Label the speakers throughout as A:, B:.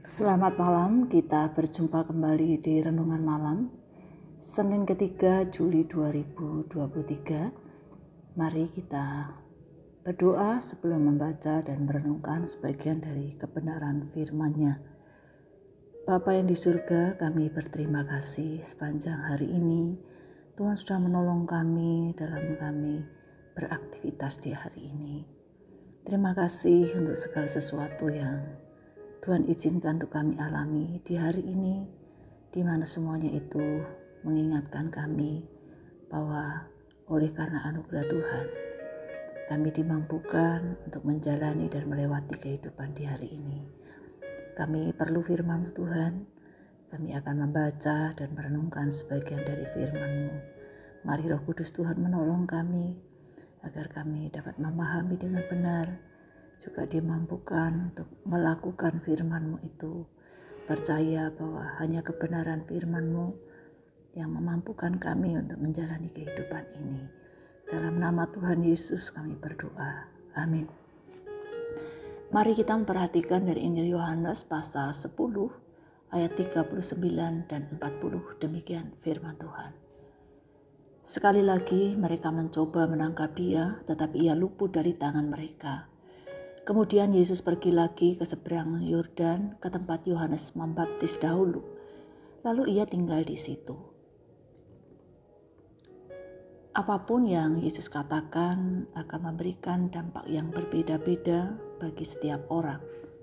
A: Selamat malam, kita berjumpa kembali di Renungan Malam Senin ketiga Juli 2023. Mari kita berdoa sebelum membaca dan merenungkan sebagian dari kebenaran firman-Nya. Bapa yang di surga, kami berterima kasih sepanjang hari ini Tuhan sudah menolong kami dalam kami beraktivitas di hari ini. Terima kasih untuk segala sesuatu yang Tuhan izinkan untuk kami alami di hari ini, di mana semuanya itu mengingatkan kami bahwa oleh karena anugerah Tuhan, kami dimampukan untuk menjalani dan melewati kehidupan di hari ini. Kami perlu firman Tuhan, kami akan membaca dan merenungkan sebagian dari firman-Mu. Mari Roh Kudus Tuhan menolong kami, agar kami dapat memahami dengan benar, juga dimampukan untuk melakukan firman-Mu itu. Percaya bahwa hanya kebenaran firman-Mu yang memampukan kami untuk menjalani kehidupan ini. Dalam nama Tuhan Yesus kami berdoa. Amin. Mari kita memperhatikan dari Injil Yohanes pasal 10 ayat 39 dan 40. Demikian firman Tuhan. Sekali lagi mereka mencoba menangkap Dia, tetapi Ia luput dari tangan mereka. Kemudian Yesus pergi lagi ke seberang Yordan ke tempat Yohanes membaptis dahulu. Lalu Ia tinggal di situ. Apapun yang Yesus katakan akan memberikan dampak yang berbeda-beda bagi setiap orang.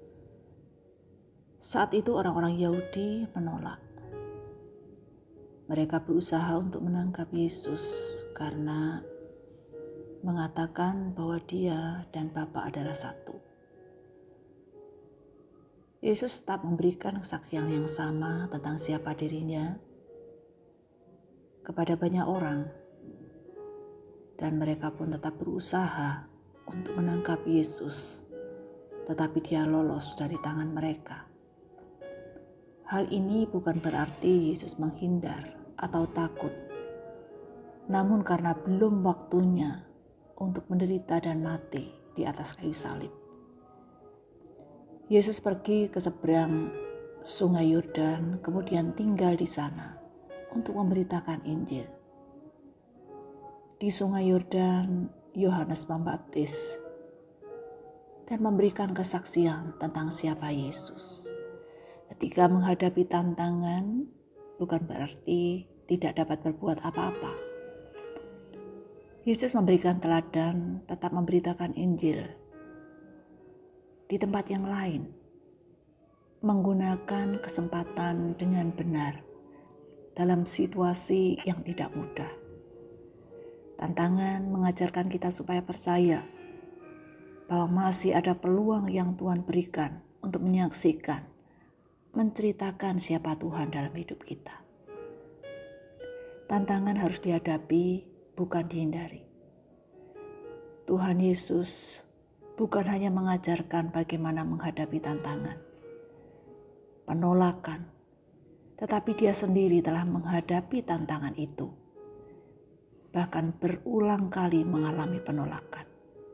A: Saat itu orang-orang Yahudi menolak. Mereka berusaha untuk menangkap Yesus karena mengatakan bahwa Dia dan Bapa adalah satu. Yesus tetap memberikan kesaksian yang sama tentang siapa dirinya kepada banyak orang, dan mereka pun tetap berusaha untuk menangkap Yesus, tetapi Dia lolos dari tangan mereka. Hal ini bukan berarti Yesus menghindar atau takut, namun karena belum waktunya untuk menderita dan mati di atas kayu salib. Yesus pergi ke seberang sungai Yordan, kemudian tinggal di sana untuk memberitakan Injil. Di sungai Yordan, Yohanes membaptis dan memberikan kesaksian tentang siapa Yesus. Ketika menghadapi tantangan, bukan berarti tidak dapat berbuat apa-apa. Yesus memberikan teladan, tetap memberitakan Injil di tempat yang lain, menggunakan kesempatan dengan benar dalam situasi yang tidak mudah. Tantangan mengajarkan kita supaya percaya bahwa masih ada peluang yang Tuhan berikan untuk menyaksikan, menceritakan siapa Tuhan dalam hidup kita. Tantangan harus dihadapi, bukan dihindari. Tuhan Yesus bukan hanya mengajarkan bagaimana menghadapi tantangan, penolakan, tetapi Dia sendiri telah menghadapi tantangan itu, bahkan berulang kali mengalami penolakan.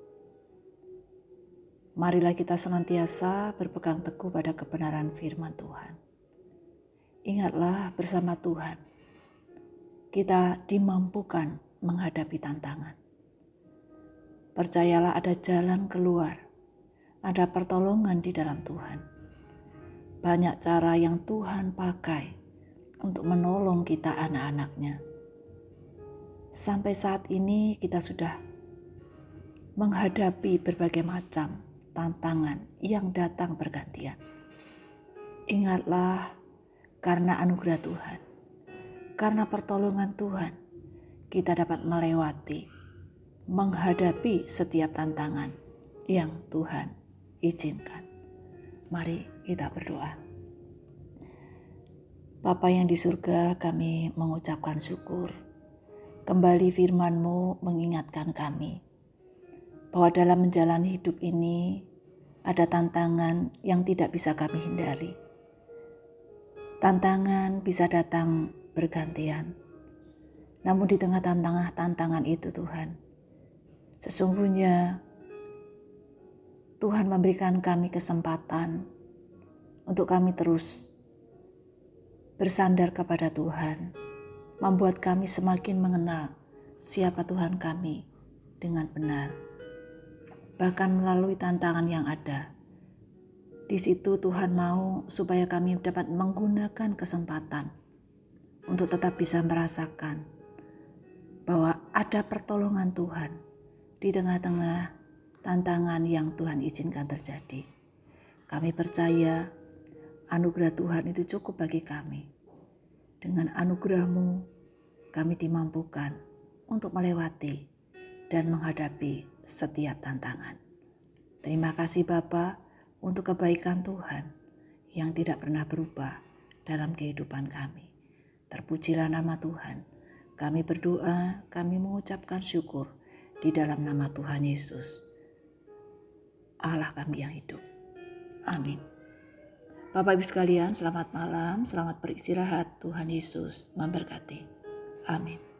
A: Marilah kita senantiasa berpegang teguh pada kebenaran firman Tuhan. Ingatlah, bersama Tuhan kita dimampukan menghadapi tantangan. Percayalah, ada jalan keluar, ada pertolongan di dalam Tuhan. Banyak cara yang Tuhan pakai untuk menolong kita anak-anak-Nya. Sampai saat ini kita sudah menghadapi berbagai macam tantangan yang datang bergantian. Ingatlah, karena anugerah Tuhan, karena pertolongan Tuhan, kita dapat melewati, menghadapi setiap tantangan yang Tuhan izinkan. Mari kita berdoa. Bapa yang di surga, kami mengucapkan syukur. Kembali firman-Mu mengingatkan kami bahwa dalam menjalani hidup ini ada tantangan yang tidak bisa kami hindari. Tantangan bisa datang bergantian. Namun di tengah tantangan itu Tuhan, sesungguhnya Tuhan memberikan kami kesempatan untuk kami terus bersandar kepada Tuhan, membuat kami semakin mengenal siapa Tuhan kami dengan benar. Bahkan melalui tantangan yang ada, di situ Tuhan mau supaya kami dapat menggunakan kesempatan untuk tetap bisa merasakan bahwa ada pertolongan Tuhan di tengah-tengah tantangan yang Tuhan izinkan terjadi. Kami percaya anugerah Tuhan itu cukup bagi kami. Dengan anugerah-Mu, kami dimampukan untuk melewati dan menghadapi setiap tantangan. Terima kasih Bapa untuk kebaikan Tuhan yang tidak pernah berubah dalam kehidupan kami. Terpujilah nama Tuhan. Kami berdoa, kami mengucapkan syukur di dalam nama Tuhan Yesus, Allah kami yang hidup. Amin. Bapak Ibu sekalian, selamat malam, selamat beristirahat. Tuhan Yesus memberkati. Amin.